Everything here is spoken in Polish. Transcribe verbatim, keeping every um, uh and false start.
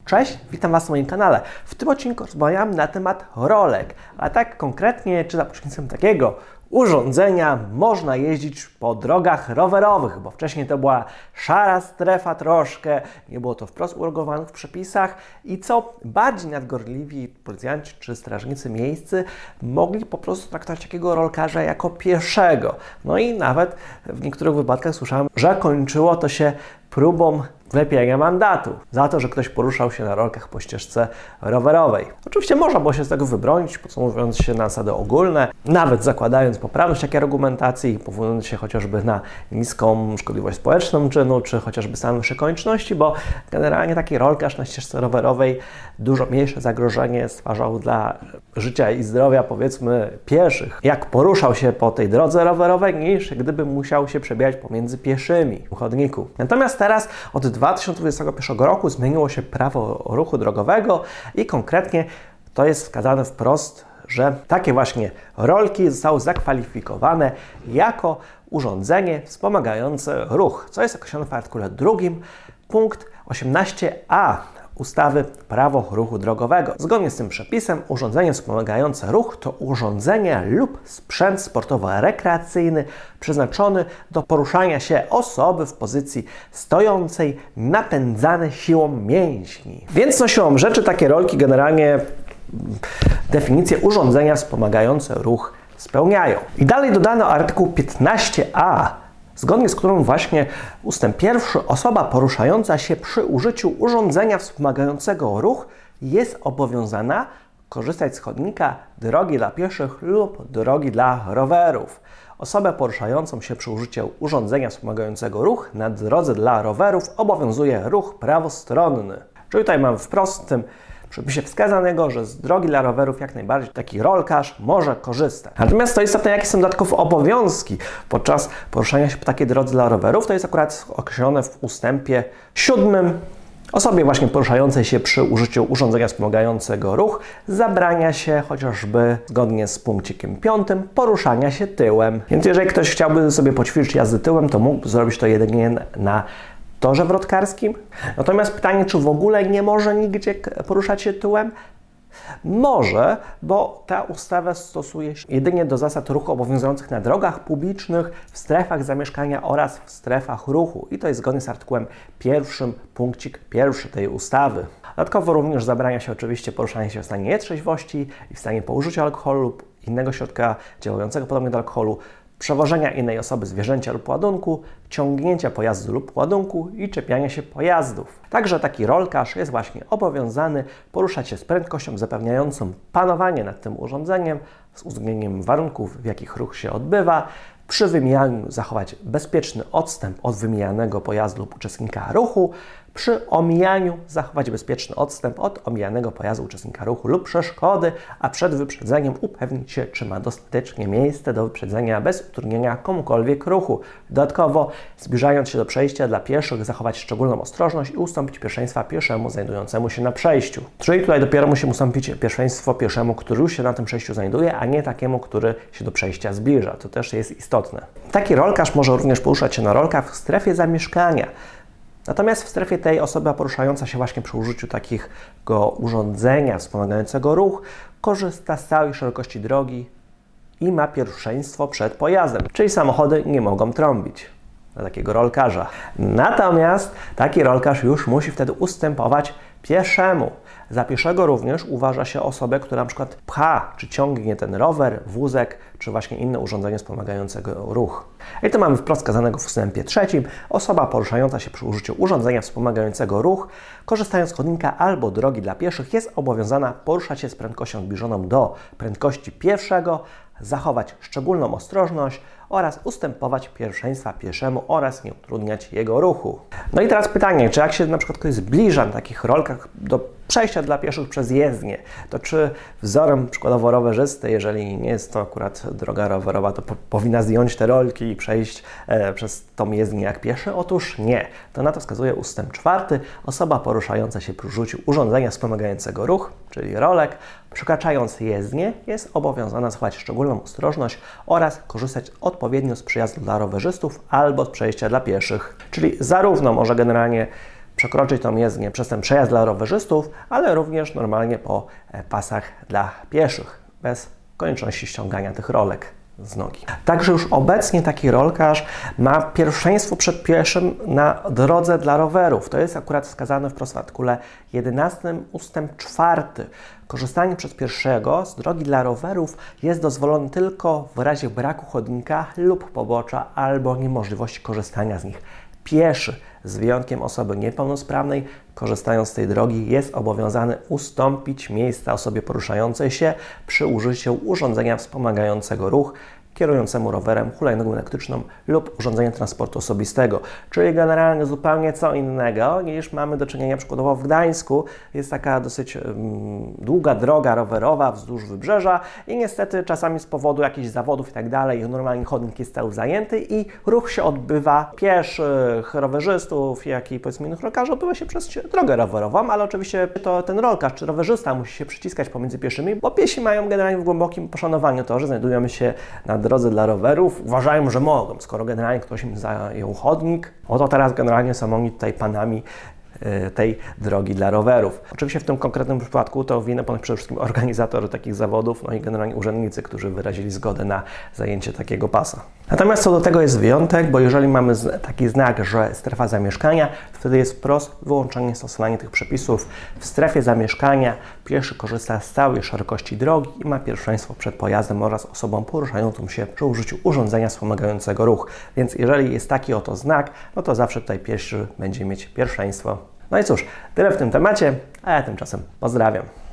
Cześć, witam Was na moim kanale. W tym odcinku rozmawiam na temat rolek, a tak konkretnie, czy za pośrednictwem takiego urządzenia można jeździć po drogach rowerowych, bo wcześniej to była szara strefa troszkę, nie było to wprost uregulowane w przepisach i co bardziej nadgorliwi policjanci czy strażnicy miejscy mogli po prostu traktować takiego rolkarza jako pieszego. No i nawet w niektórych wypadkach słyszałem, że kończyło to się próbą wlepienia mandatu za to, że ktoś poruszał się na rolkach po ścieżce rowerowej. Oczywiście można było się z tego wybronić, podsumowując się na zasady ogólne, nawet zakładając poprawność takiej argumentacji i powołując się chociażby na niską szkodliwość społeczną czynu, czy chociażby stan wyższej konieczności, bo generalnie taki rolkarz na ścieżce rowerowej dużo mniejsze zagrożenie stwarzał dla życia i zdrowia, powiedzmy, pieszych, jak poruszał się po tej drodze rowerowej, niż gdyby musiał się przebijać pomiędzy pieszymi w chodniku. Natomiast teraz od dwa tysiące dwudziestego pierwszego roku zmieniło się prawo ruchu drogowego i konkretnie to jest wskazane wprost, że takie właśnie rolki zostały zakwalifikowane jako urządzenie wspomagające ruch, co jest określone w artykule drugim, punkt osiemnaście a ustawy Prawo ruchu drogowego. Zgodnie z tym przepisem urządzenie wspomagające ruch to urządzenie lub sprzęt sportowo-rekreacyjny przeznaczony do poruszania się osoby w pozycji stojącej, napędzane siłą mięśni. Więc no siłą rzeczy takie rolki generalnie definicję urządzenia wspomagające ruch spełniają. I dalej dodano artykuł piętnaście a, zgodnie z którym właśnie ustęp pierwszy, osoba poruszająca się przy użyciu urządzenia wspomagającego ruch jest obowiązana korzystać z chodnika, drogi dla pieszych lub drogi dla rowerów. Osobę poruszającą się przy użyciu urządzenia wspomagającego ruch na drodze dla rowerów obowiązuje ruch prawostronny. Czyli tutaj mamy wprost w tym przepisie wskazanego, że z drogi dla rowerów jak najbardziej taki rolkarz może korzystać. Natomiast to istotne, jakie są dodatkowe obowiązki podczas poruszania się po takiej drodze dla rowerów, to jest akurat określone w ustępie siódmym. Osobie właśnie poruszającej się przy użyciu urządzenia wspomagającego ruch zabrania się chociażby zgodnie z punkcikiem piątym poruszania się tyłem. Więc jeżeli ktoś chciałby sobie poćwiczyć jazdy tyłem, to mógłby zrobić to jedynie na torze wrotkarskim. Natomiast pytanie, czy w ogóle nie może nigdzie poruszać się tyłem? Może, bo ta ustawa stosuje się jedynie do zasad ruchu obowiązujących na drogach publicznych, w strefach zamieszkania oraz w strefach ruchu. I to jest zgodnie z artykułem pierwszym, punkcik pierwszy tej ustawy. Dodatkowo również zabrania się oczywiście poruszania się w stanie nietrzeźwości i w stanie po użyciu alkoholu lub innego środka działającego podobnie do alkoholu, przewożenia innej osoby zwierzęcia lub ładunku, ciągnięcia pojazdu lub ładunku i czepiania się pojazdów. Także taki rolkarz jest właśnie obowiązany poruszać się z prędkością zapewniającą panowanie nad tym urządzeniem z uwzględnieniem warunków, w jakich ruch się odbywa, przy wymijaniu zachować bezpieczny odstęp od wymijanego pojazdu lub uczestnika ruchu, przy omijaniu zachować bezpieczny odstęp od omijanego pojazdu uczestnika ruchu lub przeszkody, a przed wyprzedzeniem upewnić się, czy ma dostatecznie miejsce do wyprzedzenia bez utrudnienia komukolwiek ruchu. Dodatkowo, zbliżając się do przejścia dla pieszych, zachować szczególną ostrożność i ustąpić pierwszeństwa pieszemu znajdującemu się na przejściu. Czyli tutaj dopiero musimy ustąpić pierwszeństwo pieszemu, który już się na tym przejściu znajduje, a nie takiemu, który się do przejścia zbliża. To też jest istotne. Taki rolkarz może również poruszać się na rolkach w strefie zamieszkania. Natomiast w strefie tej osoba poruszająca się właśnie przy użyciu takiego urządzenia wspomagającego ruch korzysta z całej szerokości drogi i ma pierwszeństwo przed pojazdem, czyli samochody nie mogą trąbić na takiego rolkarza. Natomiast taki rolkarz już musi wtedy ustępować pieszemu. Za pieszego również uważa się osobę, która na przykład pcha czy ciągnie ten rower, wózek, czy właśnie inne urządzenie wspomagającego ruch. I to mamy wprost wskazanego w ustępie trzecim. Osoba poruszająca się przy użyciu urządzenia wspomagającego ruch, korzystając z chodnika albo drogi dla pieszych, jest obowiązana poruszać się z prędkością zbliżoną do prędkości pieszego, zachować szczególną ostrożność oraz ustępować pierwszeństwa pieszemu oraz nie utrudniać jego ruchu. No i teraz pytanie, czy jak się na przykład ktoś zbliża na takich rolkach do przejścia dla pieszych przez jezdnię, to czy wzorem przykładowo rowerzysty, jeżeli nie jest to akurat droga rowerowa, to po, powinna zdjąć te rolki i przejść e, przez tą jezdnię jak pieszy? Otóż nie. To na to wskazuje ustęp czwarty. Osoba poruszająca się przy użyciu urządzenia wspomagającego ruch, czyli rolek, przekraczając jezdnię, jest obowiązana zachować szczególną ostrożność oraz korzystać odpowiednio z przejazdu dla rowerzystów albo z przejścia dla pieszych. Czyli zarówno może generalnie przekroczyć tą jezdnię przez ten przejazd dla rowerzystów, ale również normalnie po pasach dla pieszych, bez konieczności ściągania tych rolek z nogi. Także już obecnie taki rolkarz ma pierwszeństwo przed pieszym na drodze dla rowerów. To jest akurat wskazane wprost w artykule jedenastym ustęp czwarty. Korzystanie przez pieszego z drogi dla rowerów jest dozwolone tylko w razie braku chodnika lub pobocza albo niemożliwości korzystania z nich. Pieszy, z wyjątkiem osoby niepełnosprawnej, korzystając z tej drogi, jest obowiązany ustąpić miejsca osobie poruszającej się przy użyciu urządzenia wspomagającego ruch, kierującemu rowerem, hulajnogą elektryczną lub urządzeniem transportu osobistego. Czyli generalnie zupełnie co innego niż mamy do czynienia przykładowo w Gdańsku. Jest taka dosyć um, długa droga rowerowa wzdłuż wybrzeża i niestety czasami z powodu jakichś zawodów i tak dalej normalnie chodnik jest cały zajęty i ruch się odbywa pieszych, rowerzystów, jak i powiedzmy innych rolkarzy odbywa się przez drogę rowerową, ale oczywiście to ten rolkarz czy rowerzysta musi się przyciskać pomiędzy pieszymi, bo piesi mają generalnie w głębokim poszanowaniu to, że znajdujemy się na drodze dla rowerów, uważają, że mogą, skoro generalnie ktoś im zajął chodnik, oto teraz generalnie są oni tutaj panami tej drogi dla rowerów. Oczywiście w tym konkretnym przypadku to winę ponoć przede wszystkim organizator takich zawodów, no i generalnie urzędnicy, którzy wyrazili zgodę na zajęcie takiego pasa. Natomiast co do tego jest wyjątek, bo jeżeli mamy taki znak, że strefa zamieszkania, to wtedy jest wprost wyłączenie stosowania tych przepisów. W strefie zamieszkania pieszy korzysta z całej szerokości drogi i ma pierwszeństwo przed pojazdem oraz osobą poruszającą się przy użyciu urządzenia wspomagającego ruch. Więc jeżeli jest taki oto znak, no to zawsze tutaj pieszy będzie mieć pierwszeństwo. No i cóż, tyle w tym temacie, a ja tymczasem pozdrawiam.